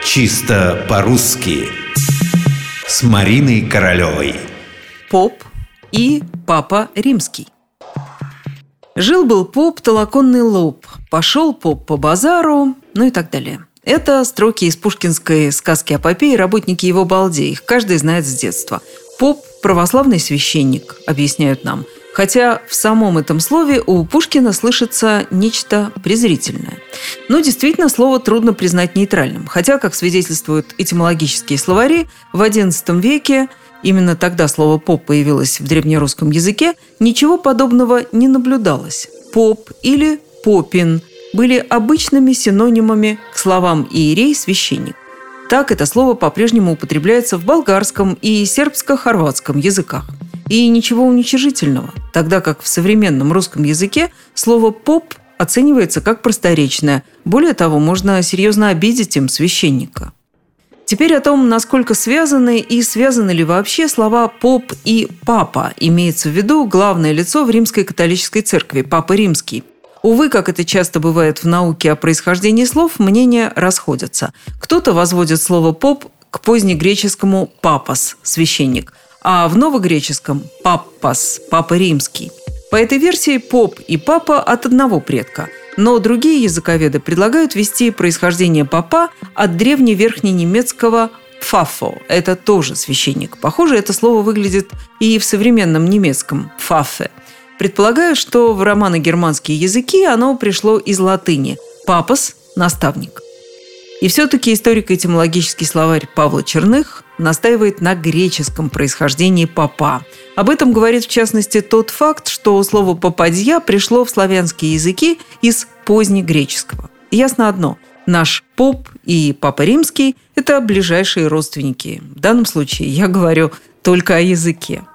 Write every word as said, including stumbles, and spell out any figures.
Чисто по-русски с Мариной Королевой. Поп и папа римский. Жил-был поп, толоконный лоб. Пошел поп по базару, ну и так далее. Это строки из пушкинской сказки-эпопеи «Работники его балде». Их каждый знает с детства. Поп – православный священник, объясняют нам. Хотя в самом этом слове у Пушкина слышится нечто презрительное. Но действительно, слово трудно признать нейтральным. Хотя, как свидетельствуют этимологические словари, в одиннадцатом веке, именно тогда слово «поп» появилось в древнерусском языке, ничего подобного не наблюдалось. «Поп» или «попин» были обычными синонимами к словам «иерей», «священник». Так это слово по-прежнему употребляется в болгарском и сербско-хорватском языках. И ничего уничижительного, тогда как в современном русском языке слово «поп» оценивается как просторечное. Более того, можно серьезно обидеть им священника. Теперь о том, насколько связаны и связаны ли вообще слова «поп» и «папа», имеется в виду главное лицо в Римской католической церкви – Папа Римский. Увы, как это часто бывает в науке о происхождении слов, мнения расходятся. Кто-то возводит слово «поп» к позднегреческому «папас» – священник, а в новогреческом – «паппас» – Папа Римский. По этой версии поп и папа от одного предка, но другие языковеды предлагают ввести происхождение папа от древневерхненемецкого «пфаффо» – это тоже священник. Похоже, это слово выглядит и в современном немецком «пфаффе». Предполагаю, что в романо-германские языки оно пришло из латыни «папас» – «наставник». И все-таки историко-этимологический словарь Павла Черных настаивает на греческом происхождении «папа». Об этом говорит, в частности, тот факт, что слово «попадья» пришло в славянские языки из позднегреческого. Ясно одно – наш поп и Папа Римский – это ближайшие родственники. В данном случае я говорю только о языке.